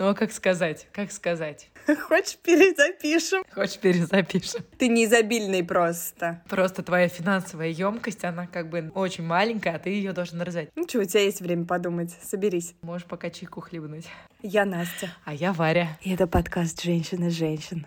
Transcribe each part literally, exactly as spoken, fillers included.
Ну, а как сказать? Как сказать? Хочешь, перезапишем? Хочешь, перезапишем? Ты не изобильный просто. Просто твоя финансовая емкость, она как бы очень маленькая, а ты ее должен развить. Ну что, у тебя есть время подумать. Соберись. Можешь пока чайку хлебнуть. Я Настя. А я Варя. И это подкаст «Женщины женщин».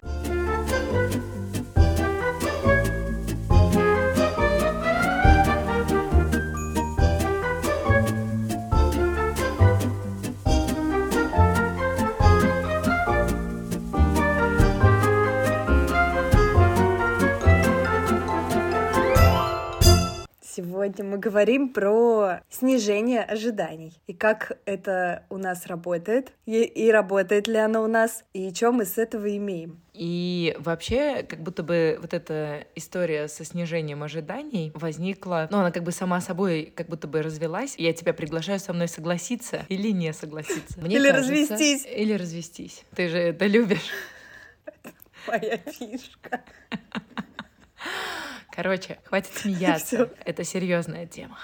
Сегодня мы говорим про снижение ожиданий и как это у нас работает, и, и работает ли оно у нас, и что мы с этого имеем. И вообще, как будто бы вот эта история со снижением ожиданий возникла, ну, она как бы сама собой как будто бы развелась. Я тебя приглашаю со мной согласиться или не согласиться. Мне или кажется, развестись. Или развестись. Ты же это любишь. Моя фишка. Короче, хватит смеяться. Это серьезная тема.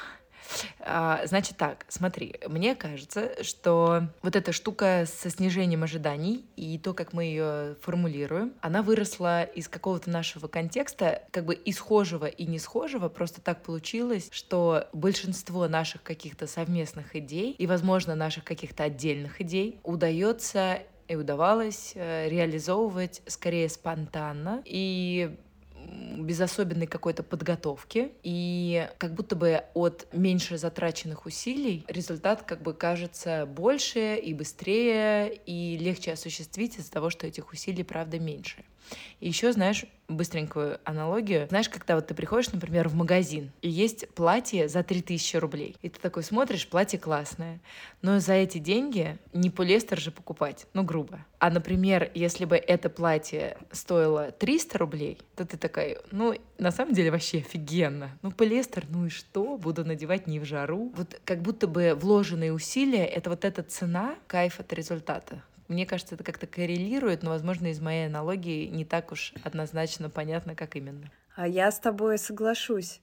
А, значит так, смотри, мне кажется, что вот эта штука со снижением ожиданий и то, как мы ее формулируем, она выросла из какого-то нашего контекста, как бы и схожего, и не схожего. Просто так получилось, что большинство наших каких-то совместных идей и, возможно, наших каких-то отдельных идей удается и удавалось реализовывать скорее спонтанно и без особенной какой-то подготовки, и как будто бы от меньше затраченных усилий результат как бы кажется больше и быстрее, и легче осуществить из-за того, что этих усилий, правда, меньше. И еще, знаешь, быстренькую аналогию. Знаешь, когда вот ты приходишь, например, в магазин, и есть платье за три тысячи рублей, и ты такой смотришь, платье классное, но за эти деньги не полиэстер же покупать, ну, грубо. А, например, если бы это платье стоило триста рублей, то ты такая, ну, на самом деле вообще офигенно. Ну, полиэстер, ну и что? Буду надевать не в жару. Вот как будто бы вложенные усилия — это вот эта цена, кайф от результата. Мне кажется, это как-то коррелирует, но, возможно, из моей аналогии не так уж однозначно понятно, как именно. А я с тобой соглашусь.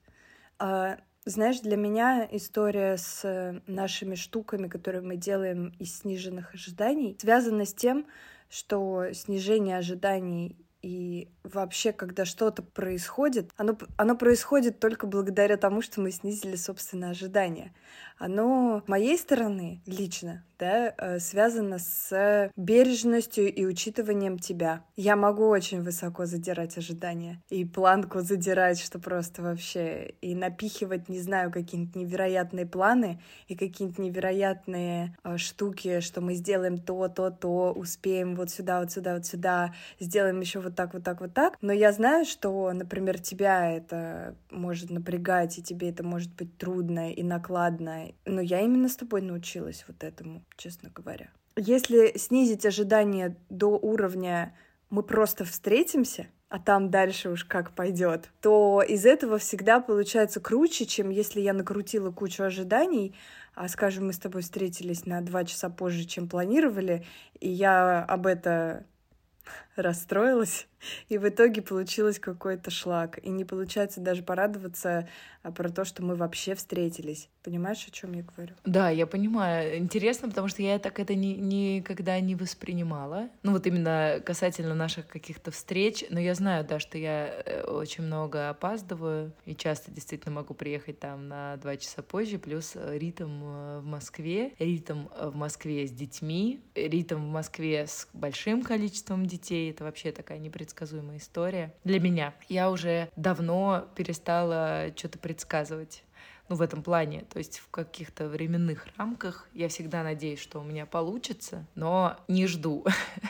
А, знаешь, для меня история с нашими штуками, которые мы делаем из сниженных ожиданий, связана с тем, что снижение ожиданий и вообще, когда что-то происходит, оно, оно происходит только благодаря тому, что мы снизили собственные ожидания. Оно, с моей стороны, лично, да, связано с бережностью и учитыванием тебя. Я могу очень высоко задирать ожидания и планку задирать, что просто вообще, и напихивать, не знаю, какие-нибудь невероятные планы и какие-нибудь невероятные э, штуки, что мы сделаем то, то, то, успеем вот сюда, вот сюда, вот сюда, сделаем еще вот так, вот так, вот так. Но я знаю, что, например, тебя это может напрягать, и тебе это может быть трудно и накладно. Но я именно с тобой научилась вот этому, честно говоря. Если снизить ожидания до уровня «мы просто встретимся», а там дальше уж как пойдет, то из этого всегда получается круче, чем если я накрутила кучу ожиданий, а, скажем, мы с тобой встретились на два часа позже, чем планировали, и я об это расстроилась, и в итоге получилось какой-то шлак. И не получается даже порадоваться про то, что мы вообще встретились. Понимаешь, о чем я говорю? Да, я понимаю. Интересно, потому что я так это ни, никогда не воспринимала. Ну вот именно касательно наших каких-то встреч. Но я знаю, да, что я очень много опаздываю и часто действительно могу приехать там на два часа позже. Плюс ритм в Москве, ритм в Москве с детьми, ритм в Москве с большим количеством детей. Это вообще такая непредсказуемая предсказуемая история для меня. Я уже давно перестала что-то предсказывать. Ну, в этом плане, то есть в каких-то временных рамках я всегда надеюсь, что у меня получится, но не жду.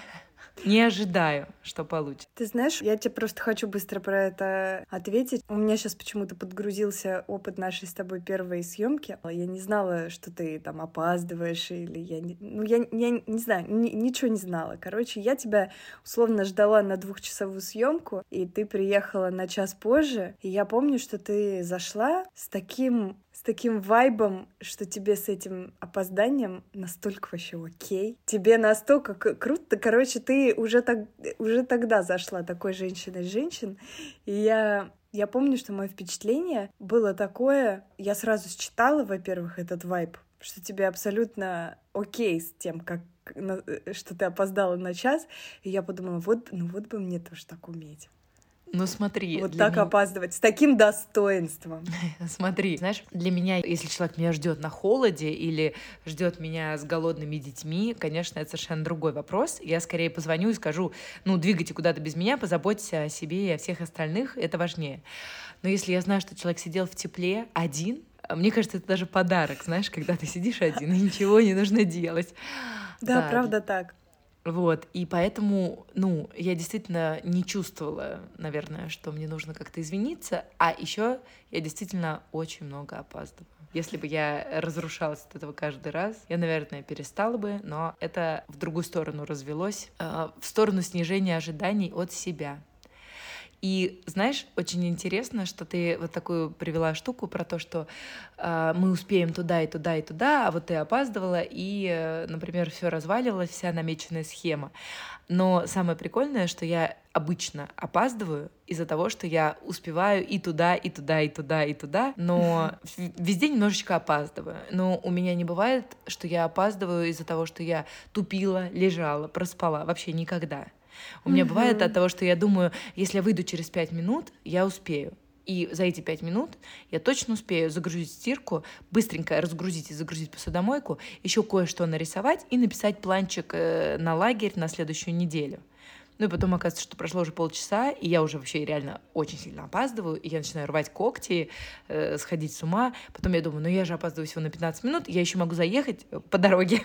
Не ожидаю, что получится. Ты знаешь, я тебе просто хочу быстро про это ответить. У меня сейчас почему-то подгрузился опыт нашей с тобой первой съемки. Я не знала, что ты там опаздываешь, или я не... Ну, я, я не знаю, ни, ничего не знала. Короче, я тебя условно ждала на двухчасовую съемку, и ты приехала на час позже. И я помню, что ты зашла с таким... с таким вайбом, что тебе с этим опозданием настолько вообще окей. Тебе настолько к- круто. Короче, ты уже, так, уже тогда зашла такой женщиной-женщин. И я, я помню, что мое впечатление было такое... Я сразу считала, во-первых, этот вайб, что тебе абсолютно окей с тем, как, что ты опоздала на час, и я подумала, вот, ну вот бы мне тоже так уметь. Ну смотри. Вот так меня... опаздывать, с таким достоинством. Смотри, знаешь, для меня, если человек меня ждет на холоде или ждет меня с голодными детьми, конечно, это совершенно другой вопрос. Я скорее позвоню и скажу, ну, двигайте куда-то без меня, позаботьтесь о себе и о всех остальных, это важнее. Но если я знаю, что человек сидел в тепле один, мне кажется, это даже подарок, знаешь, когда ты сидишь один, и ничего не нужно делать. Да, да, правда так. Вот, и поэтому, ну, я действительно не чувствовала, наверное, что мне нужно как-то извиниться, а еще я действительно очень много опаздываю. Если бы я разрушалась от этого каждый раз, я, наверное, перестала бы, но это в другую сторону развелось, в сторону снижения ожиданий от себя. И, знаешь, очень интересно, что ты вот такую привела штуку про то, что э, мы успеем туда и туда и туда, а вот ты опаздывала, и, э, например, все разваливалось, вся намеченная схема. Но самое прикольное, что я обычно опаздываю из-за того, что я успеваю и туда, и туда, и туда, и туда, но везде немножечко опаздываю. Но у меня не бывает, что я опаздываю из-за того, что я тупила, лежала, проспала. Вообще никогда. У меня mm-hmm. бывает от того, что я думаю, если я выйду через пять минут, я успею. И за эти пять минут я точно успею загрузить стирку, быстренько разгрузить и загрузить посудомойку, еще кое-что нарисовать и написать планчик на лагерь на следующую неделю. Ну и потом оказывается, что прошло уже полчаса, и я уже вообще реально очень сильно опаздываю, и я начинаю рвать когти, э, сходить с ума. Потом я думаю, ну я же опаздываю всего на пятнадцать минут, я еще могу заехать по дороге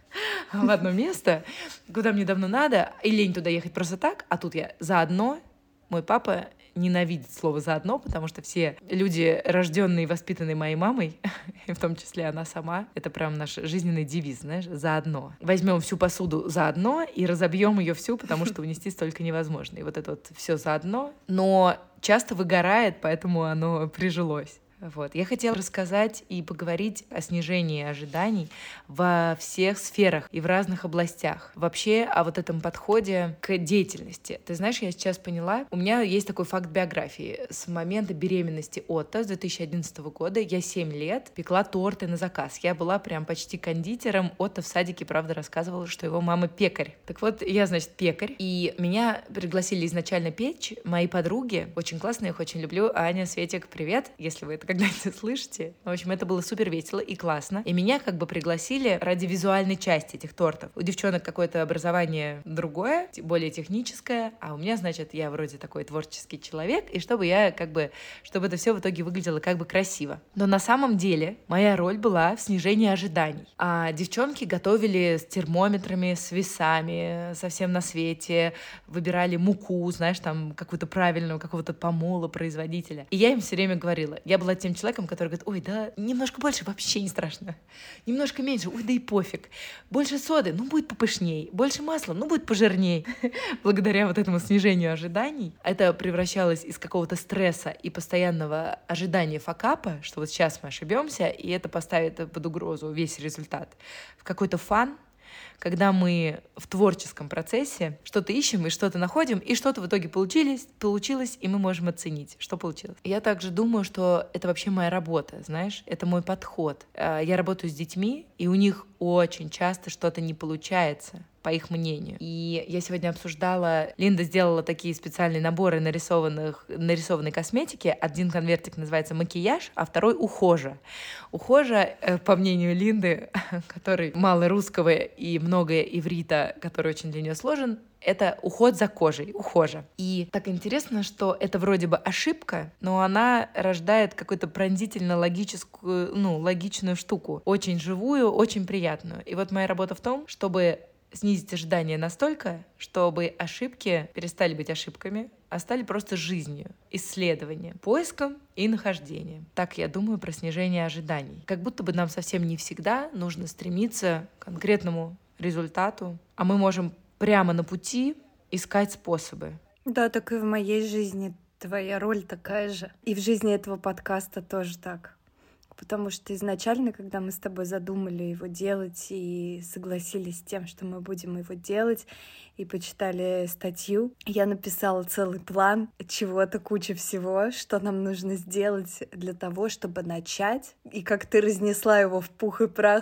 в одно место, куда мне давно надо, и лень туда ехать просто так, а тут я заодно. Мой папа ненавидит слово «заодно», потому что все люди, рожденные и воспитанные моей мамой, в том числе она сама, это прям наш жизненный девиз, знаешь, «заодно». Возьмем всю посуду заодно и разобьем ее всю, потому что унести столько невозможно. И вот это вот все заодно, но часто выгорает, поэтому оно прижилось. Вот. Я хотела рассказать и поговорить о снижении ожиданий во всех сферах и в разных областях. Вообще о вот этом подходе к деятельности. Ты знаешь, я сейчас поняла, у меня есть такой факт биографии. С момента беременности Отто с две тысячи одиннадцатого года я семь лет пекла торты на заказ. Я была прям почти кондитером. Отто в садике, правда, рассказывала, что его мама пекарь. Так вот, я, значит, пекарь. И меня пригласили изначально печь мои подруги. Очень классно, я их очень люблю. Аня, Светик, привет, если вы это когда-нибудь слышите. В общем, это было супер весело и классно. И меня как бы пригласили ради визуальной части этих тортов. У девчонок какое-то образование другое, более техническое, а у меня, значит, я вроде такой творческий человек, и чтобы я как бы, чтобы это все в итоге выглядело как бы красиво. Но на самом деле моя роль была в снижении ожиданий. А девчонки готовили с термометрами, с весами, совсем на свете, выбирали муку, знаешь, там какую-то правильную, какого-то помола производителя. И я им все время говорила, я была тем человеком, который говорит, ой, да, немножко больше, вообще не страшно. Немножко меньше, ой, да и пофиг. Больше соды, ну, будет попышней. Больше масла, ну, будет пожирней. Благодаря вот этому снижению ожиданий это превращалось из какого-то стресса и постоянного ожидания факапа, что вот сейчас мы ошибемся, и это поставит под угрозу весь результат, в какой-то фан, когда мы в творческом процессе что-то ищем и что-то находим, и что-то в итоге получилось, получилось, и мы можем оценить, что получилось. Я также думаю, что это вообще моя работа, знаешь, это мой подход. Я работаю с детьми, и у них очень часто что-то не получается, по их мнению. И я сегодня обсуждала, Линда сделала такие специальные наборы нарисованных, нарисованной косметики. Один конвертик называется макияж, а второй ухожа. Ухожа, по мнению Линды, который мало русского и много иврита, который очень для нее сложен, это уход за кожей, ухожа. И так интересно, что это вроде бы ошибка, но она рождает какую-то пронзительно логическую, ну, логичную штуку. Очень живую, очень приятную. И вот моя работа в том, чтобы снизить ожидания настолько, чтобы ошибки перестали быть ошибками, а стали просто жизнью, исследованием, поиском и нахождением. Так я думаю про снижение ожиданий. Как будто бы нам совсем не всегда нужно стремиться к конкретному результату, а мы можем прямо на пути искать способы. Да, так и в моей жизни твоя роль такая же. И в жизни этого подкаста тоже так. Потому что изначально, когда мы с тобой задумали его делать и согласились с тем, что мы будем его делать, и почитали статью, я написала целый план чего-то, куча всего, что нам нужно сделать для того, чтобы начать. И как ты разнесла его в пух и прах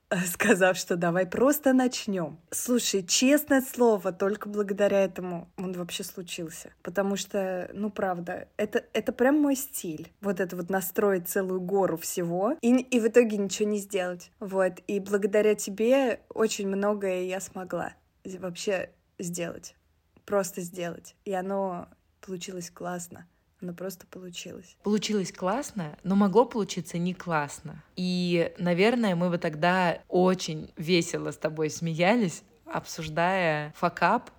сказав, что давай просто начнем. Слушай, честное слово, только благодаря этому он вообще случился. Потому что, ну правда, это, это прям мой стиль. Вот это вот настроить целую гору всего и, и в итоге ничего не сделать. Вот. И благодаря тебе очень многое я смогла вообще сделать. Просто сделать. И оно получилось классно. Оно просто получилось. Получилось классно, но могло получиться не классно. И, наверное, мы бы тогда очень весело с тобой смеялись, обсуждая факап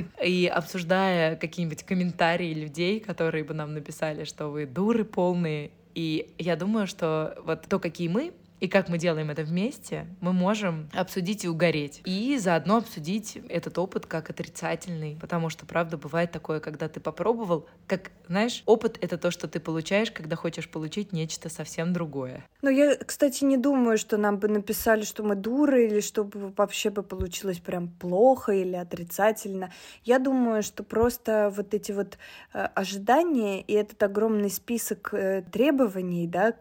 и обсуждая какие-нибудь комментарии людей, которые бы нам написали, что вы дуры полные. И я думаю, что вот то, какие мы, и как мы делаем это вместе, мы можем обсудить и угореть. И заодно обсудить этот опыт как отрицательный. Потому что, правда, бывает такое, когда ты попробовал, как, знаешь, опыт — это то, что ты получаешь, когда хочешь получить нечто совсем другое. Ну, я, кстати, не думаю, что нам бы написали, что мы дуры, или чтобы вообще бы получилось прям плохо или отрицательно. Я думаю, что просто вот эти вот э, ожидания и этот огромный список э, требований, да,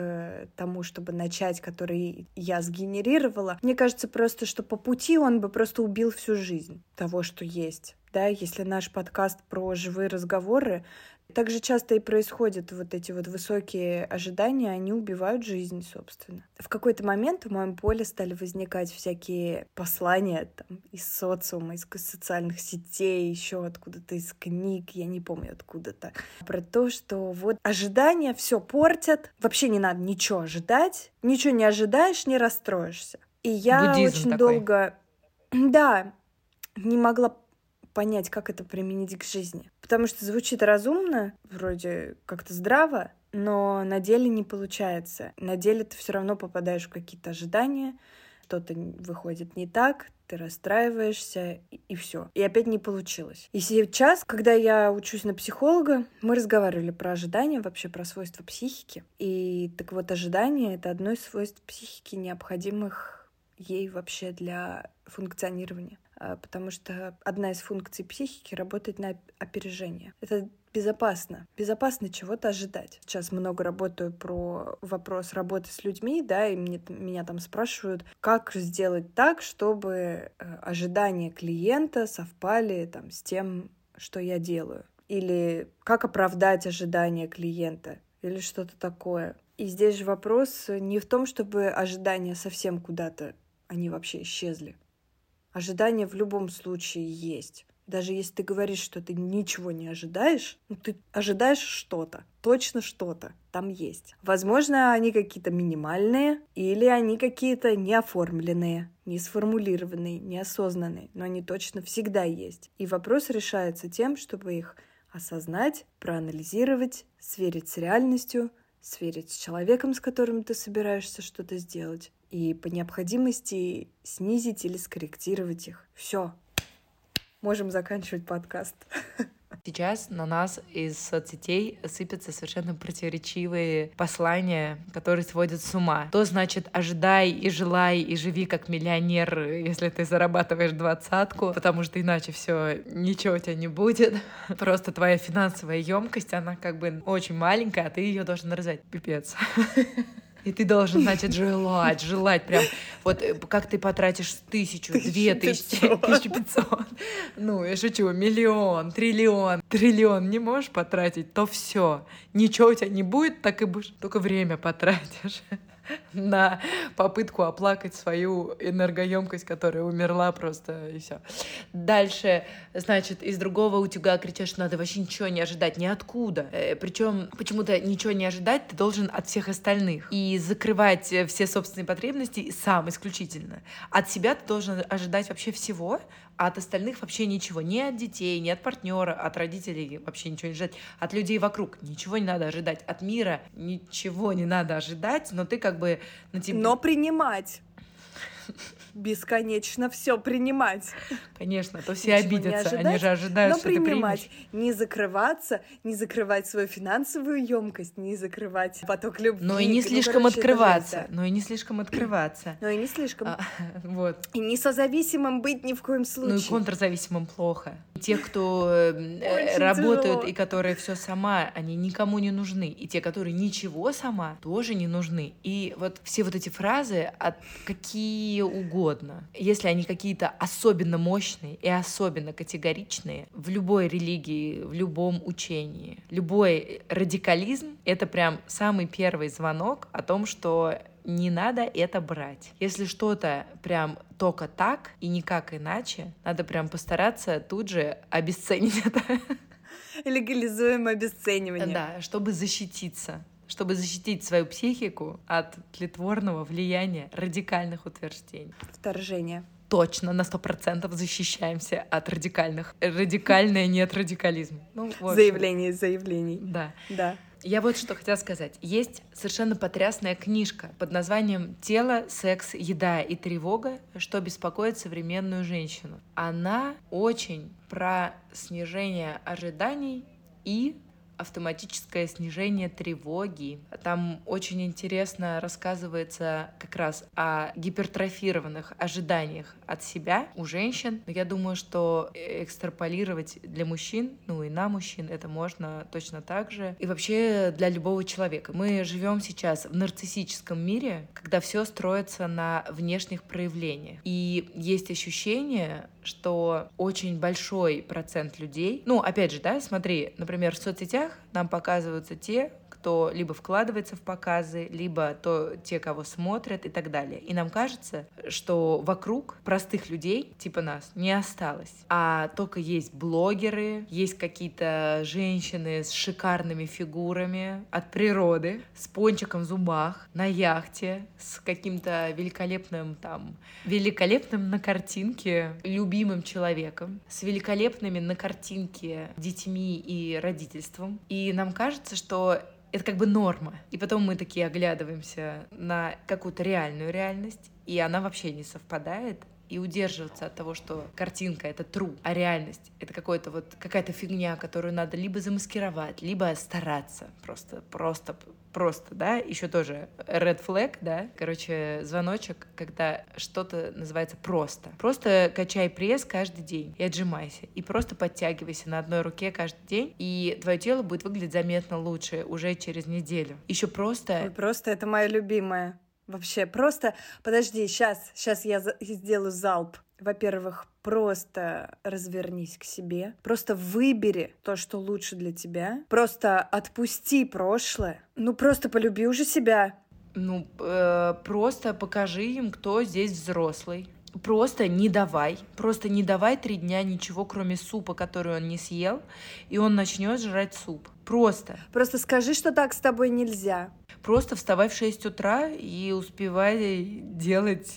к тому, чтобы начать, который я сгенерировала. Мне кажется просто, что по пути он бы просто убил всю жизнь того, что есть. Да, если наш подкаст про живые разговоры, так же часто и происходят вот эти вот высокие ожидания, они убивают жизнь, собственно. В какой-то момент в моем поле стали возникать всякие послания там, из социума, из социальных сетей, еще откуда-то из книг, я не помню откуда-то, про то, что вот ожидания все портят, вообще не надо ничего ожидать, ничего не ожидаешь, не расстроишься. И я Буддизм очень такой. долго, да, не могла понять, как это применить к жизни. Потому что звучит разумно, вроде как-то здраво, но на деле не получается. На деле ты все равно попадаешь в какие-то ожидания, что-то выходит не так, ты расстраиваешься, и, и все. И опять не получилось. И сейчас, когда я учусь на психолога, мы разговаривали про ожидания, вообще про свойства психики. И так вот, ожидание — это одно из свойств психики, необходимых ей вообще для функционирования. Потому что одна из функций психики — работать на опережение. Это безопасно. Безопасно чего-то ожидать. Сейчас много работаю про вопрос работы с людьми, да, и мне, меня там спрашивают, как сделать так, чтобы ожидания клиента совпали там, с тем, что я делаю. Или как оправдать ожидания клиента, или что-то такое. И здесь же вопрос не в том, чтобы ожидания совсем куда-то, они вообще исчезли. Ожидания в любом случае есть. Даже если ты говоришь, что ты ничего не ожидаешь, ну, ты ожидаешь что-то, точно что-то там есть. Возможно, они какие-то минимальные, или они какие-то неоформленные, не сформулированные, неосознанные, но они точно всегда есть. И вопрос решается тем, чтобы их осознать, проанализировать, сверить с реальностью, сверить с человеком, с которым ты собираешься что-то сделать, и по необходимости снизить или скорректировать их. Все. Можем заканчивать подкаст. Сейчас на нас из соцсетей сыпятся совершенно противоречивые послания, которые сводят с ума. То значит, ожидай и желай, и живи как миллионер, если ты зарабатываешь двадцатку, потому что иначе все ничего у тебя не будет. Просто твоя финансовая емкость, она как бы очень маленькая, а ты ее должен развивать. Пипец. И ты должен, значит, желать, желать прям. Вот как ты потратишь тысячу, две тысячи, тысячу пятьсот. Ну, я шучу, миллион, триллион, триллион не можешь потратить, то все. Ничего у тебя не будет, так и будешь. Только время потратишь на попытку оплакать свою энергоемкость, которая умерла просто, и все. Дальше, значит, из другого утюга кричат, что надо вообще ничего не ожидать ниоткуда. Причем почему-то ничего не ожидать ты должен от всех остальных. И закрывать все собственные потребности сам исключительно. От себя ты должен ожидать вообще всего, а от остальных вообще ничего. Ни от детей, ни от партнера, от родителей вообще ничего не ожидать. От людей вокруг ничего не надо ожидать. От мира ничего не надо ожидать, но ты как бы... На тебе... Но принимать. бесконечно все принимать. Конечно, то все Ничего не обидятся, ожидать, они же ожидают, но что ты принимать, примешь. не закрываться, не закрывать свою финансовую емкость, не закрывать поток любви. Но и не Ну, слишком короче, это жесть, открываться, да. но и не слишком открываться. Но и не слишком. А, вот. И не созависимым быть ни в коем Ну и случае. контрзависимым плохо. И те, кто э, Очень работают тяжело. и которые все сама, они никому не нужны. И те, которые ничего сама, тоже не нужны. И вот все вот эти фразы, от какие угодно, если они какие-то особенно мощные и особенно категоричные, в любой религии, в любом учении, любой радикализм — это прям самый первый звонок о том, что не надо это брать. Если что-то прям только так и никак иначе, надо прям постараться тут же обесценить это. Легализуем обесценивание. Да, чтобы защититься. Чтобы защитить свою психику от тлетворного влияния радикальных утверждений. Вторжение. Точно, на сто процентов защищаемся от радикальных. Радикальное нет радикализм. Ну, в общем, Заявление из заявлений. да. Да. Я вот что хотела сказать. Есть совершенно потрясная книжка под названием «Тело, секс, еда и тревога. Что беспокоит современную женщину». Она очень про снижение ожиданий и автоматическое снижение тревоги. Там очень интересно рассказывается как раз о гипертрофированных ожиданиях от себя у женщин. Но я думаю, что экстраполировать для мужчин, ну и на мужчин, это можно точно так же. И вообще для любого человека. Мы живем сейчас в нарциссическом мире, когда все строится на внешних проявлениях. И есть ощущение, что очень большой процент людей, ну, опять же, да, смотри, например, в соцсетях нам показываются те, кто либо вкладывается в показы, либо то, те, кого смотрят и так далее. И нам кажется, что вокруг простых людей, типа нас, не осталось. А только есть блогеры, есть какие-то женщины с шикарными фигурами от природы, с пончиком в зубах, на яхте, с каким-то великолепным там, великолепным на картинке любимым человеком, с великолепными на картинке детьми и родительством. И нам кажется, что это как бы норма. И потом мы такие оглядываемся на какую-то реальную реальность, и она вообще не совпадает. И удерживаться от того, что картинка — это true, а реальность — это какой-то вот, какая-то фигня, которую надо либо замаскировать, либо стараться. Просто, просто, просто, да? Еще тоже red flag, да? Короче, звоночек, когда что-то называется просто. Просто качай пресс каждый день и отжимайся. И просто подтягивайся на одной руке каждый день, и твое тело будет выглядеть заметно лучше уже через неделю. Еще просто... Ой, просто это моя любимая. Вообще, просто... Подожди, сейчас, сейчас я за... сделаю залп. Во-первых, просто развернись к себе. Просто выбери то, что лучше для тебя. Просто отпусти прошлое. Ну, просто полюби уже себя. Ну, э, просто покажи им, кто здесь взрослый. Просто не давай. Просто не давай три дня ничего, кроме супа, который он не съел, и он начнет жрать суп. Просто. Просто скажи, что так с тобой нельзя. Просто вставай в шесть утра и успевай делать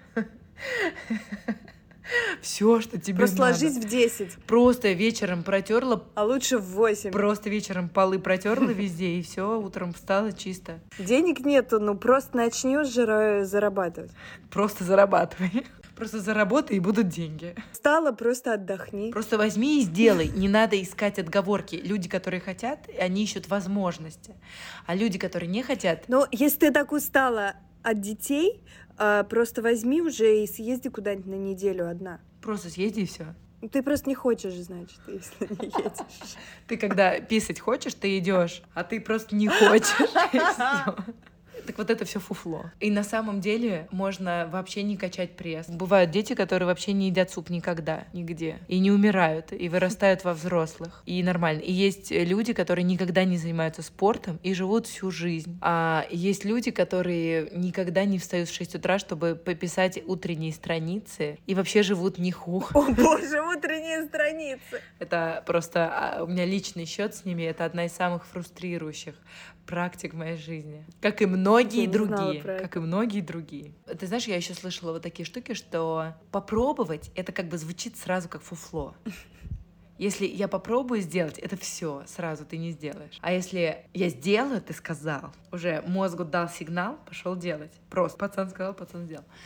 все, что тебе Просто надо. ложись в десять. Просто вечером протерла, А лучше в восемь. просто вечером полы протерла везде, и все, утром встала чисто. Денег нету, ну просто начни уже зарабатывать. Просто зарабатывай. Просто заработай, и будут деньги. Встала, просто отдохни. Просто возьми и сделай. Не надо искать отговорки. Люди, которые хотят, они ищут возможности. А люди, которые не хотят... Но если ты так устала от детей, а, просто возьми уже и съезди куда-нибудь на неделю одна. Просто съезди и все. Ты просто не хочешь, значит, если не едешь. Ты когда писать хочешь, ты идешь, а ты просто не хочешь. и всё. Так вот это все фуфло. И на самом деле можно вообще не качать пресс. Бывают дети, которые вообще не едят суп никогда, нигде. И не умирают, и вырастают во взрослых. И нормально. И есть люди, которые никогда не занимаются спортом и живут всю жизнь. А есть люди, которые никогда не встают в шесть утра, чтобы пописать утренние страницы, и вообще живут не хуже. О боже, утренние страницы. Это просто а, у меня личный счет с ними. Это одна из самых фрустрирующих практик в моей жизни. Как и многие Я не знала другие. про это. Как и многие другие. Ты знаешь, я еще слышала вот такие штуки, что попробовать, это как бы звучит сразу как фуфло. Если я попробую сделать, это все сразу ты не сделаешь. А если я сделаю, ты сказал, уже мозгу дал сигнал, пошел делать. Просто пацан сказал, пацан сделал.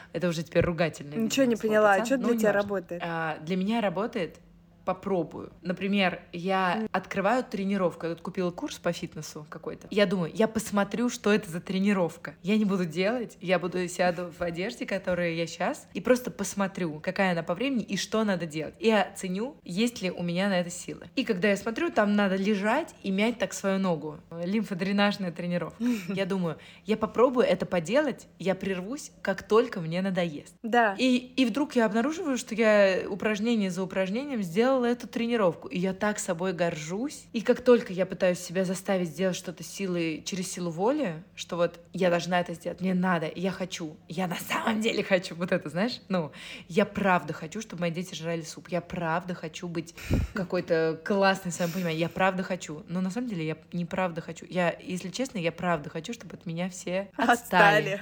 Это уже теперь ругательное. Ничего не поняла, а что для тебя работает? А, для меня работает... попробую. Например, я mm. открываю тренировку. Я тут купила курс по фитнесу какой-то. Я думаю, я посмотрю, что это за тренировка. Я не буду делать. Я буду сяду в одежде, которая я сейчас, и просто посмотрю, какая она по времени и что надо делать. И оценю, есть ли у меня на это силы. И когда я смотрю, там надо лежать и мять так свою ногу. Лимфодренажная тренировка. Я думаю, я попробую это поделать, я прервусь, как только мне надоест. Да. И, и вдруг я обнаруживаю, что я упражнение за упражнением сделала эту тренировку, и я так собой горжусь. И как только я пытаюсь себя заставить сделать что-то силой, через силу воли, что вот я должна это сделать, мне надо, я хочу, я на самом деле хочу, вот это, знаешь, ну, я правда хочу, чтобы мои дети жрали суп, я правда хочу быть какой-то классной в своем понимании, я правда хочу, но на самом деле я не правда хочу, я, если честно, я правда хочу, чтобы от меня все отстали.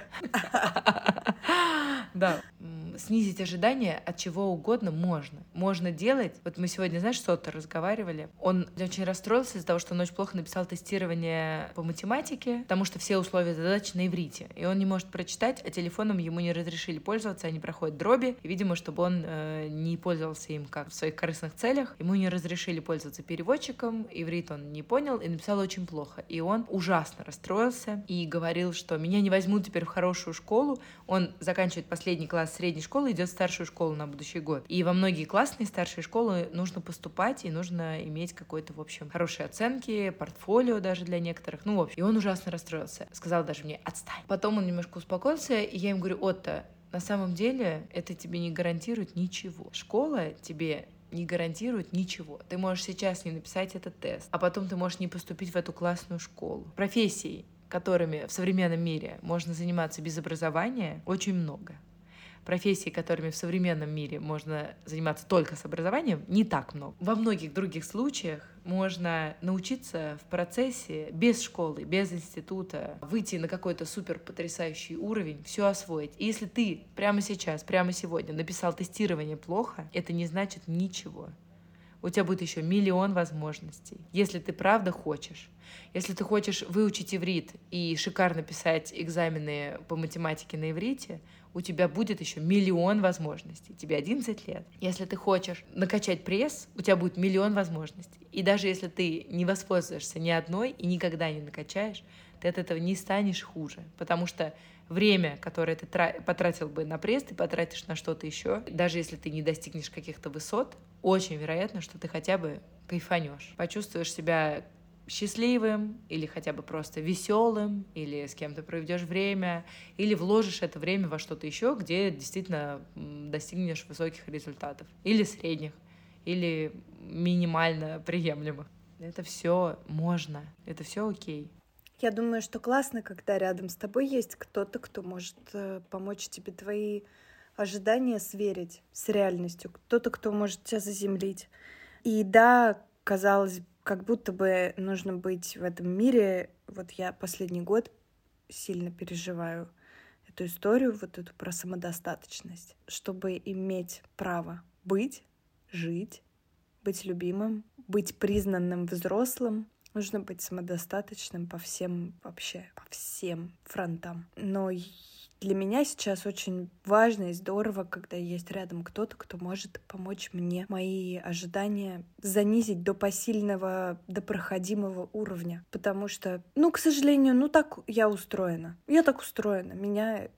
Да. Снизить ожидания от чего угодно можно. Можно делать... Вот мы сегодня, знаешь, с Отто разговаривали. Он очень расстроился из-за того, что он очень плохо написал тестирование по математике, потому что все условия задач на иврите. И он не может прочитать, а телефоном ему не разрешили пользоваться, они проходят дроби. И, видимо, чтобы он э, не пользовался им как в своих корыстных целях, ему не разрешили пользоваться переводчиком, иврит он не понял и написал очень плохо. И он ужасно расстроился и говорил, что меня не возьмут теперь в хорошую школу. Он заканчивает последний класс средней школы, идет в старшую школу на будущий год. И во многие классные старшие школы нужно поступать, и нужно иметь какой-то, в общем, хорошие оценки, портфолио даже для некоторых. Ну, в общем, и он ужасно расстроился. Сказал даже мне: отстань. Потом он немножко успокоился, и я ему говорю: Отто, на самом деле это тебе не гарантирует ничего. Школа тебе не гарантирует ничего. Ты можешь сейчас не написать этот тест, а потом ты можешь не поступить в эту классную школу. Профессий, которыми в современном мире можно заниматься без образования, очень много. Профессий, которыми в современном мире можно заниматься только с образованием, не так много. Во многих других случаях можно научиться в процессе без школы, без института, выйти на какой-то супер потрясающий уровень, все освоить. И если ты прямо сейчас, прямо сегодня написал тестирование плохо, это не значит ничего. У тебя будет еще миллион возможностей, если ты правда хочешь. Если ты хочешь выучить иврит и шикарно писать экзамены по математике на иврите, у тебя будет еще миллион возможностей. Тебе одиннадцать лет. Если ты хочешь накачать пресс, у тебя будет миллион возможностей. И даже если ты не воспользуешься ни одной и никогда не накачаешь, ты от этого не станешь хуже. Потому что время, которое ты тра- потратил бы на пресс, ты потратишь на что-то еще. Даже если ты не достигнешь каких-то высот, очень вероятно, что ты хотя бы кайфанешь. Почувствуешь себя счастливым, или хотя бы просто веселым, или с кем-то проведешь время, или вложишь это время во что-то еще, где действительно достигнешь высоких результатов, или средних, или минимально приемлемых. Это все можно, это все окей. Я думаю, что классно, когда рядом с тобой есть кто-то, кто может помочь тебе твои ожидания сверить с реальностью, кто-то, кто может тебя заземлить. И да, казалось бы, как будто бы нужно быть в этом мире. Вот я последний год сильно переживаю эту историю, вот эту про самодостаточность, чтобы иметь право быть, жить, быть любимым, быть признанным взрослым. Нужно быть самодостаточным по всем, вообще, по всем фронтам. Но для меня сейчас очень важно и здорово, когда есть рядом кто-то, кто может помочь мне мои ожидания занизить до посильного, до проходимого уровня. Потому что, ну, к сожалению, ну так я устроена. Я так устроена. Меня,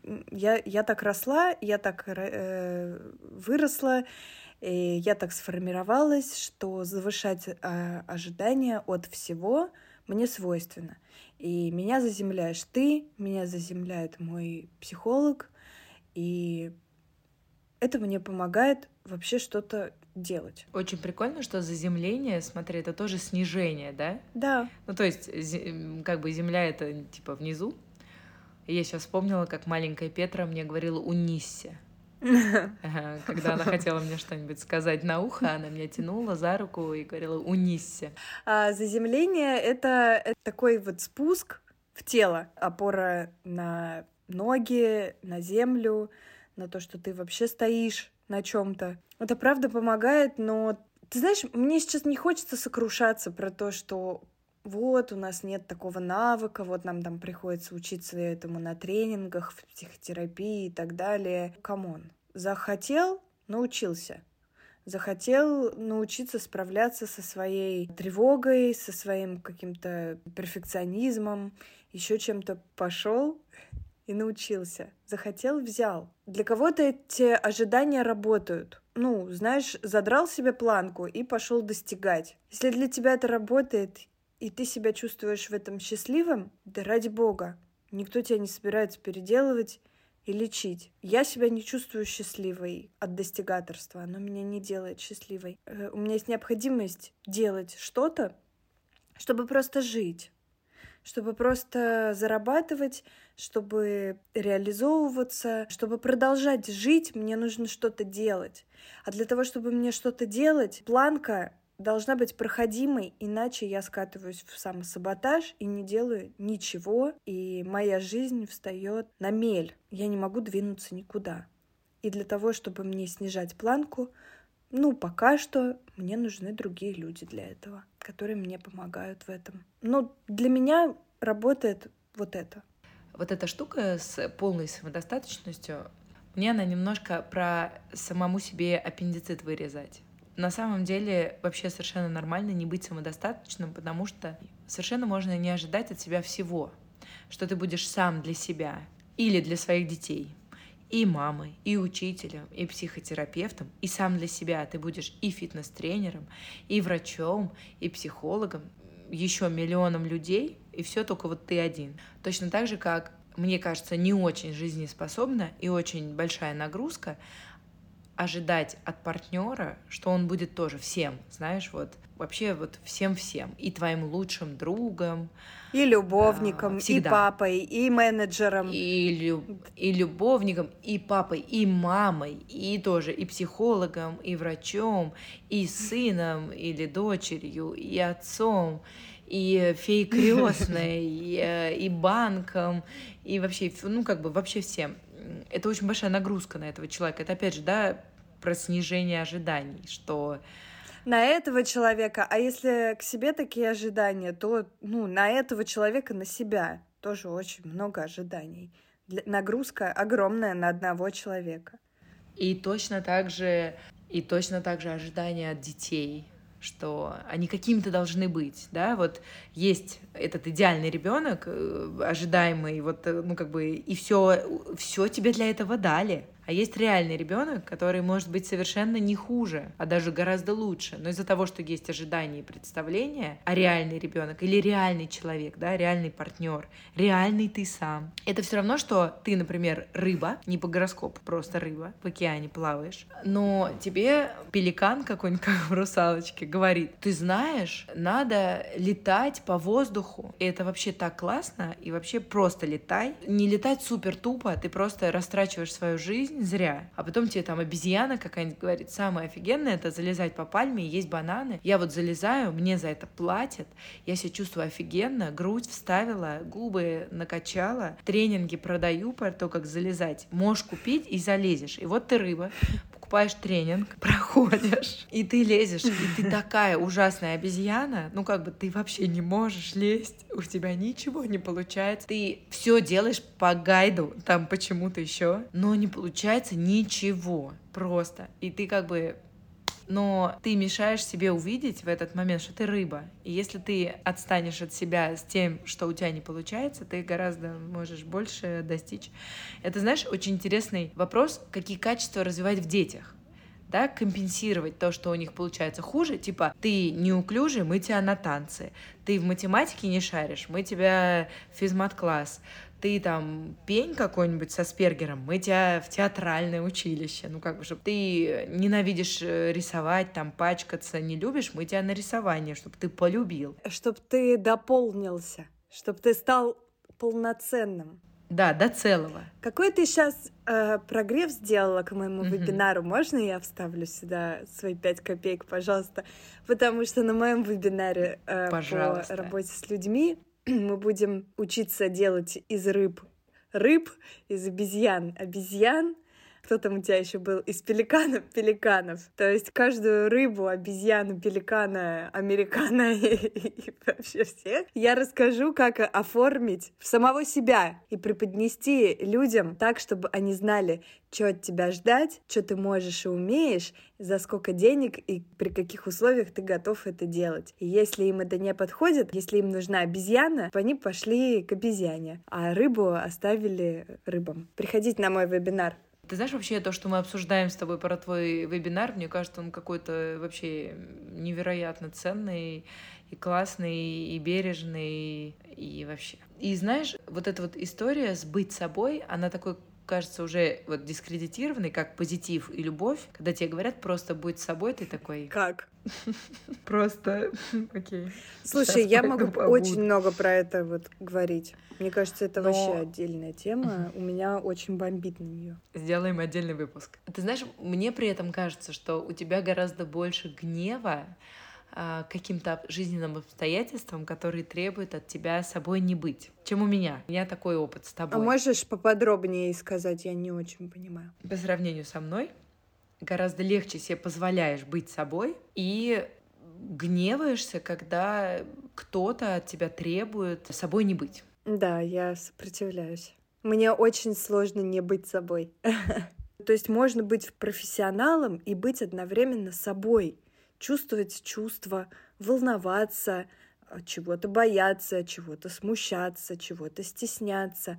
я, я так росла, я так э, выросла, и я так сформировалась, что завышать э, ожидания от всего мне свойственно. И меня заземляешь ты, меня заземляет мой психолог, и это мне помогает вообще что-то делать. Очень прикольно, что заземление, смотри, это тоже снижение, да? Да. Ну, то есть, как бы земля — это типа внизу. И я сейчас вспомнила, как маленькая Петра мне говорила: унисься. Когда она хотела мне что-нибудь сказать на ухо, она меня тянула за руку и говорила: унисься. А заземление — это, это такой вот спуск в тело, опора на ноги, на землю, на то, что ты вообще стоишь на чем-то. Это правда помогает, но ты знаешь, мне сейчас не хочется сокрушаться про то, что вот у нас нет такого навыка, вот нам там приходится учиться этому на тренингах, в психотерапии и так далее. Камон. Захотел — научился. Захотел научиться справляться со своей тревогой, со своим каким-то перфекционизмом, еще чем-то пошел и научился. Захотел — взял. Для кого-то эти ожидания работают. Ну, знаешь, задрал себе планку и пошел достигать. Если для тебя это работает, и ты себя чувствуешь в этом счастливым, да ради бога, никто тебя не собирается переделывать и лечить. Я себя не чувствую счастливой от достигаторства, оно меня не делает счастливой. У меня есть необходимость делать что-то, чтобы просто жить, чтобы просто зарабатывать, чтобы реализовываться, чтобы продолжать жить, мне нужно что-то делать. А для того, чтобы мне что-то делать, планка должна быть проходимой, иначе я скатываюсь в самосаботаж и не делаю ничего, и моя жизнь встает на мель. Я не могу двинуться никуда. И для того, чтобы мне снижать планку, ну, пока что мне нужны другие люди для этого, которые мне помогают в этом. Но для меня работает вот это. Вот эта штука с полной самодостаточностью, мне она немножко про самому себе аппендицит вырезать. На самом деле вообще совершенно нормально не быть самодостаточным, потому что совершенно можно не ожидать от себя всего, что ты будешь сам для себя или для своих детей, и мамой, и учителем, и психотерапевтом, и сам для себя ты будешь и фитнес-тренером, и врачом, и психологом, еще миллионом людей, и все только вот ты один. Точно так же, как, мне кажется, не очень жизнеспособна и очень большая нагрузка ожидать от партнера, что он будет тоже всем, знаешь, вот вообще вот всем-всем, и твоим лучшим другом, и любовником, а, и папой, и менеджером, и, лю- и любовником, и папой, и мамой, и тоже и психологом, и врачом, и сыном или дочерью, и отцом, и феей крестной, и, и банком, и вообще, ну как бы вообще всем. Это очень большая нагрузка на этого человека. Это опять же, да, про снижение ожиданий, что на этого человека, а если к себе такие ожидания, то ну, на этого человека, на себя тоже очень много ожиданий. Для... Нагрузка огромная на одного человека. И точно так же, и точно так же ожидания от детей, что они какими-то должны быть, да, вот есть этот идеальный ребенок, ожидаемый, вот, ну, как бы, и все, все тебе для этого дали. А есть реальный ребенок, который может быть совершенно не хуже, а даже гораздо лучше. Но из-за того, что есть ожидания и представления, а реальный ребенок или реальный человек, да, реальный партнер, реальный ты сам, это все равно, что ты, например, рыба, не по гороскопу, просто рыба, в океане плаваешь, но тебе пеликан какой-нибудь, как в «Русалочке», говорит: ты знаешь, надо летать по воздуху, и это вообще так классно, и вообще просто летай. Не летать супер тупо, ты просто растрачиваешь свою жизнь зря. А потом тебе там обезьяна какая-нибудь говорит: самое офигенное — это залезать по пальме и есть бананы. Я вот залезаю, мне за это платят, я себя чувствую офигенно, грудь вставила, губы накачала, тренинги продаю про то, как залезать. Можешь купить и залезешь. И вот ты рыба, покупаешь тренинг, проходишь, и ты лезешь, и ты такая ужасная обезьяна, ну как бы ты вообще не можешь лезть, у тебя ничего не получается, ты все делаешь по гайду, там почему-то еще, но не получается ничего, просто, и ты как бы... Но ты мешаешь себе увидеть в этот момент, что ты рыба. И если ты отстанешь от себя с тем, что у тебя не получается, ты гораздо можешь больше достичь. Это, знаешь, очень интересный вопрос, какие качества развивать в детях. Да, компенсировать то, что у них получается хуже. Типа, ты неуклюжий, мы тебя на танцы. Ты в математике не шаришь, мы тебя в физмат-класс. Ты там пень какой-нибудь со Аспергером, мы тебя в театральное училище. Ну, как бы, чтобы ты ненавидишь рисовать, там, пачкаться, не любишь, мы тебя на рисование, чтобы ты полюбил. Чтобы ты дополнился, чтобы ты стал полноценным. Да, до целого. Какой ты сейчас э, прогрев сделала к моему uh-huh. вебинару? Можно я вставлю сюда свои пять копеек, пожалуйста? Потому что на моем вебинаре э, по работе с людьми мы будем учиться делать из рыб рыб, из обезьян обезьян. кто там у тебя еще был? Из пеликанов пеликанов. То есть каждую рыбу, обезьяну, пеликана, американо и, и вообще всех я расскажу, как оформить самого себя и преподнести людям так, чтобы они знали, что от тебя ждать, что ты можешь и умеешь, за сколько денег и при каких условиях ты готов это делать. И если им это не подходит, если им нужна обезьяна, то они пошли к обезьяне, а рыбу оставили рыбам. Приходите на мой вебинар. Ты знаешь, вообще то, что мы обсуждаем с тобой про твой вебинар, мне кажется, он какой-то вообще невероятно ценный и классный, и бережный, и вообще. И знаешь, вот эта вот история с быть собой, она такой, кажется, уже вот дискредитированный, как позитив и любовь. Когда тебе говорят просто будь собой, ты такой... Как? Просто, окей. Слушай, я могу очень много про это вот говорить. Мне кажется, это Но... вообще отдельная тема. У меня очень бомбит на нее. Сделаем отдельный выпуск. Ты знаешь, мне при этом кажется, что у тебя гораздо больше гнева к каким-то жизненным обстоятельствам, которые требуют от тебя собой не быть, чем у меня. У меня такой опыт с тобой. А можешь поподробнее сказать? Я не очень понимаю. По сравнению со мной, гораздо легче себе позволяешь быть собой и гневаешься, когда кто-то от тебя требует собой не быть. Да, я сопротивляюсь. Мне очень сложно не быть собой. То есть можно быть профессионалом и быть одновременно собой. Чувствовать чувства, волноваться, чего-то бояться, чего-то смущаться, чего-то стесняться.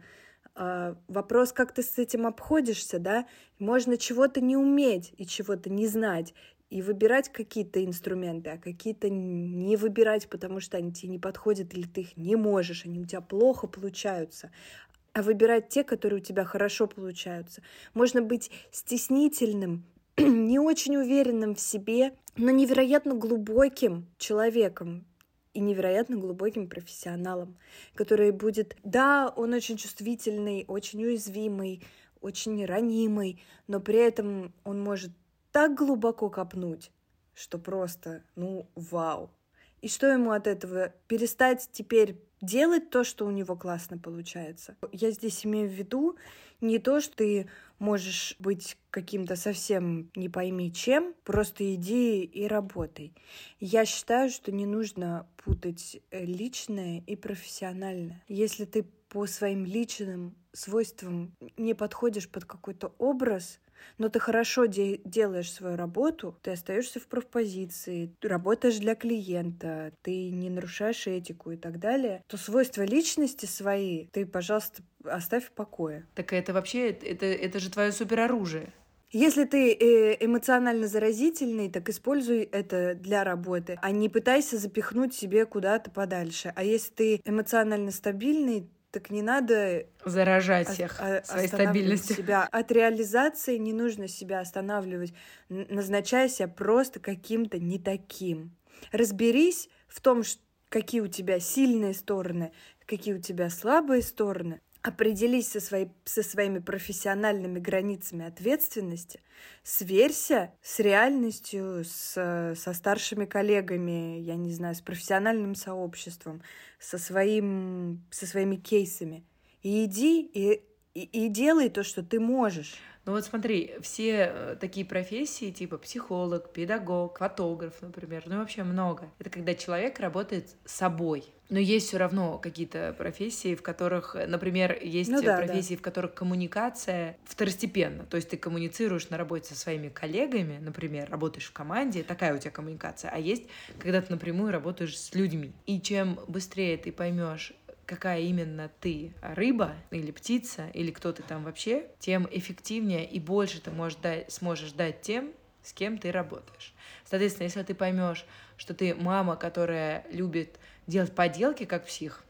Вопрос, как ты с этим обходишься, да? Можно чего-то не уметь и чего-то не знать, и выбирать какие-то инструменты, а какие-то не выбирать, потому что они тебе не подходят, или ты их не можешь, они у тебя плохо получаются. А выбирать те, которые у тебя хорошо получаются. Можно быть стеснительным, не очень уверенным в себе, но невероятно глубоким человеком и невероятно глубоким профессионалом, который будет, да, он очень чувствительный, очень уязвимый, очень ранимый, но при этом он может так глубоко копнуть, что просто, ну, вау. И что ему от этого? Перестать теперь делать то, что у него классно получается. Я здесь имею в виду не то, что ты можешь быть каким-то совсем не пойми чем, просто иди и работай. Я считаю, что не нужно путать личное и профессиональное. Если ты по своим личным свойствам не подходишь под какой-то образ, но ты хорошо де- делаешь свою работу, ты остаешься в профпозиции, ты работаешь для клиента, ты не нарушаешь этику и так далее, то свойства личности свои ты, пожалуйста, оставь в покое. Так это вообще, это, это же твое супероружие. Если ты эмоционально заразительный, так используй это для работы, а не пытайся запихнуть себе куда-то подальше. А если ты эмоционально стабильный, так не надо заражать всех о- своей стабильностью. Себя. От реализации не нужно себя останавливать, назначая себя просто каким-то не таким. Разберись в том, какие у тебя сильные стороны, какие у тебя слабые стороны. Определись со, своей, со своими профессиональными границами ответственности, сверься с реальностью, с, со старшими коллегами, я не знаю, с профессиональным сообществом, со, своим, со своими кейсами. И иди и, и, и делай то, что ты можешь. Ну вот смотри, все такие профессии, типа психолог, педагог, фотограф, например, ну и вообще много. Это когда человек работает с собой. Но есть все равно какие-то профессии, в которых, например, есть ну, да, профессии, да. в которых коммуникация второстепенна. То есть ты коммуницируешь на работе со своими коллегами, например, работаешь в команде, такая у тебя коммуникация. А есть, когда ты напрямую работаешь с людьми. И чем быстрее ты поймешь, какая именно ты, рыба или птица, или кто ты там вообще, тем эффективнее и больше ты можешь дать, сможешь дать тем, с кем ты работаешь. Соответственно, если ты поймешь, что ты мама, которая любит делать поделки, как псих,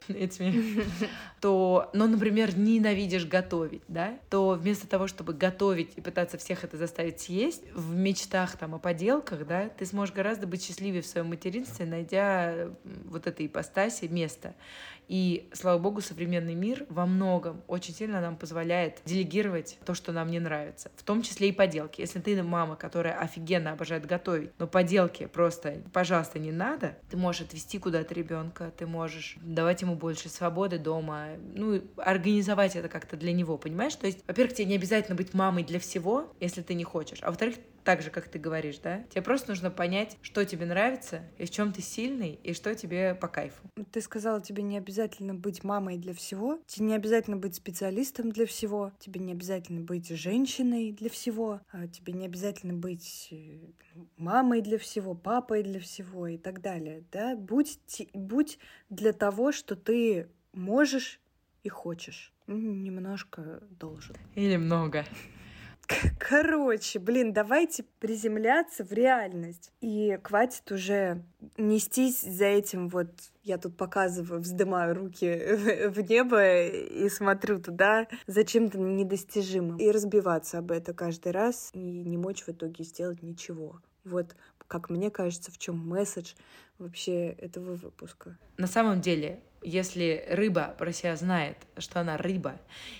то, ну, например, ненавидишь готовить, да, то вместо того, чтобы готовить и пытаться всех это заставить съесть, в мечтах там о поделках, да, ты сможешь гораздо быть счастливее в своем материнстве, найдя вот этой ипостаси место. И, слава богу, современный мир во многом очень сильно нам позволяет делегировать то, что нам не нравится, в том числе и поделки. Если ты мама, которая офигенно обожает готовить, но поделки просто, пожалуйста, пожалуйста, не надо. Ты можешь отвезти куда-то ребенка, ты можешь давать ему больше свободы дома, ну, организовать это как-то для него, понимаешь? То есть, во-первых, тебе не обязательно быть мамой для всего, если ты не хочешь, а во-вторых, так же, как ты говоришь, да? Тебе просто нужно понять, что тебе нравится, и в чем ты сильный, и что тебе по кайфу. Ты сказала, тебе не обязательно быть мамой для всего, тебе не обязательно быть специалистом для всего, тебе не обязательно быть женщиной для всего, а тебе не обязательно быть мамой для всего, папой для всего и так далее, да? Будь, будь для того, что ты можешь и хочешь. Немножко должен. Или много. Короче, блин, давайте приземляться в реальность. И хватит уже нестись за этим вот... Я тут показываю, вздымаю руки в небо и смотрю туда за чем-то недостижимым. И разбиваться об это каждый раз и не мочь в итоге сделать ничего. Вот, как мне кажется, в чем месседж вообще этого выпуска. На самом деле, если рыба про себя знает, что она рыба,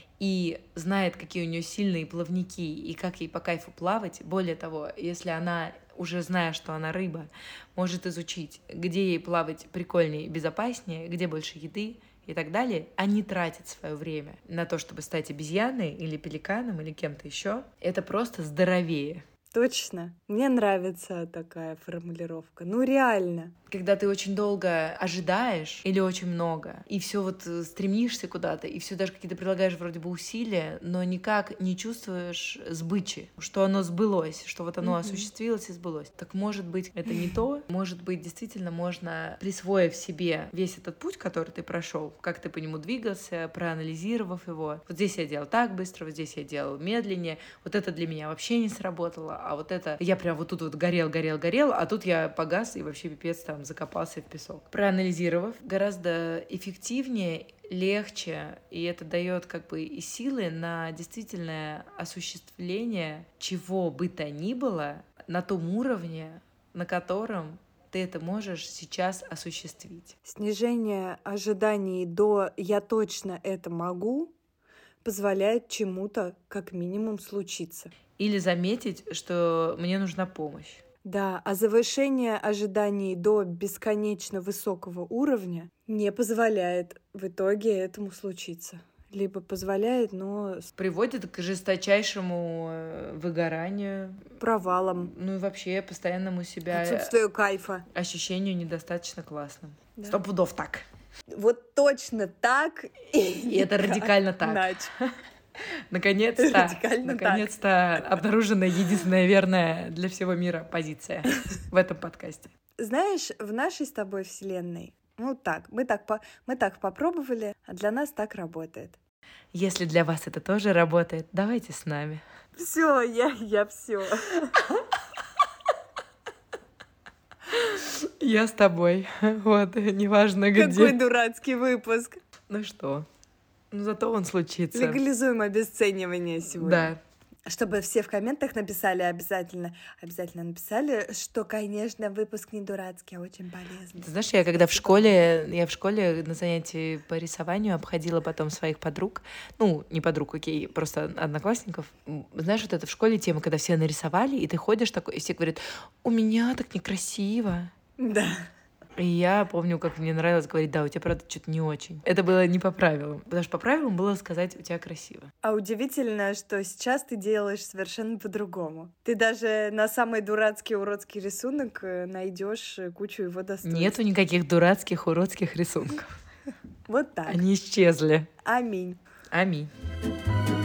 и знает, какие у нее сильные плавники и как ей по кайфу плавать. Более того, если она, уже зная, что она рыба, может изучить, где ей плавать прикольнее и безопаснее, где больше еды и так далее, а не тратить свое время на то, чтобы стать обезьяной или пеликаном или кем-то еще, это просто здоровее. Точно. Мне нравится такая формулировка. Ну, реально. Когда ты очень долго ожидаешь или очень много, и все вот стремишься куда-то, и все даже какие-то прилагаешь вроде бы усилия, но никак не чувствуешь сбычи, что оно сбылось, что вот оно mm-hmm. осуществилось и сбылось. Так может быть, это не то? Может быть, действительно можно, присвоив себе весь этот путь, который ты прошел, как ты по нему двигался, проанализировав его. Вот здесь я делал так быстро, вот здесь я делал медленнее, вот это для меня вообще не сработало, а вот это я прям вот тут вот горел, горел, горел, а тут я погас и вообще пипец там закопался в песок. Проанализировав, гораздо эффективнее, легче, и это дает как бы и силы на действительное осуществление чего бы то ни было на том уровне, на котором ты это можешь сейчас осуществить. Снижение ожиданий до «я точно это могу» позволяет чему-то как минимум случиться. Или заметить, что мне нужна помощь. Да, а завышение ожиданий до бесконечно высокого уровня не позволяет в итоге этому случиться. Либо позволяет, но... Приводит к жесточайшему выгоранию. Провалам. Ну и вообще постоянному себя... Отсутствию кайфа. Ощущению недостаточно классным. Да. Сто пудов так. Вот точно так. И, и это радикально так. Иначе. Наконец-то, наконец-то обнаружена единственная верная для всего мира позиция в этом подкасте. Знаешь, в нашей с тобой вселенной, ну так, мы так, по, мы так попробовали, а для нас так работает. Если для вас это тоже работает, давайте с нами. Все, я, я все. Я с тобой. Вот, неважно где. Какой дурацкий выпуск. Ну что? Ну, зато он случится. Легализуем обесценивание сегодня. Да. Чтобы все в комментах написали обязательно, обязательно написали, что, конечно, выпуск не дурацкий, а очень полезный. Ты знаешь, я когда в школе, я в школе на занятии по рисованию обходила потом своих подруг, ну, не подруг, окей, просто одноклассников. Знаешь, вот это в школе тема, когда все нарисовали, и ты ходишь такой, и все говорят, у меня так некрасиво. Да. И я помню, как мне нравилось говорить, да, у тебя, правда, что-то не очень. Это было не по правилам. Потому что по правилам было сказать, у тебя красиво. А удивительно, что сейчас ты делаешь совершенно по-другому. Ты даже на самый дурацкий уродский рисунок найдешь кучу его достоинств. Нету никаких дурацких уродских рисунков. Вот так. Они исчезли. Аминь. Аминь.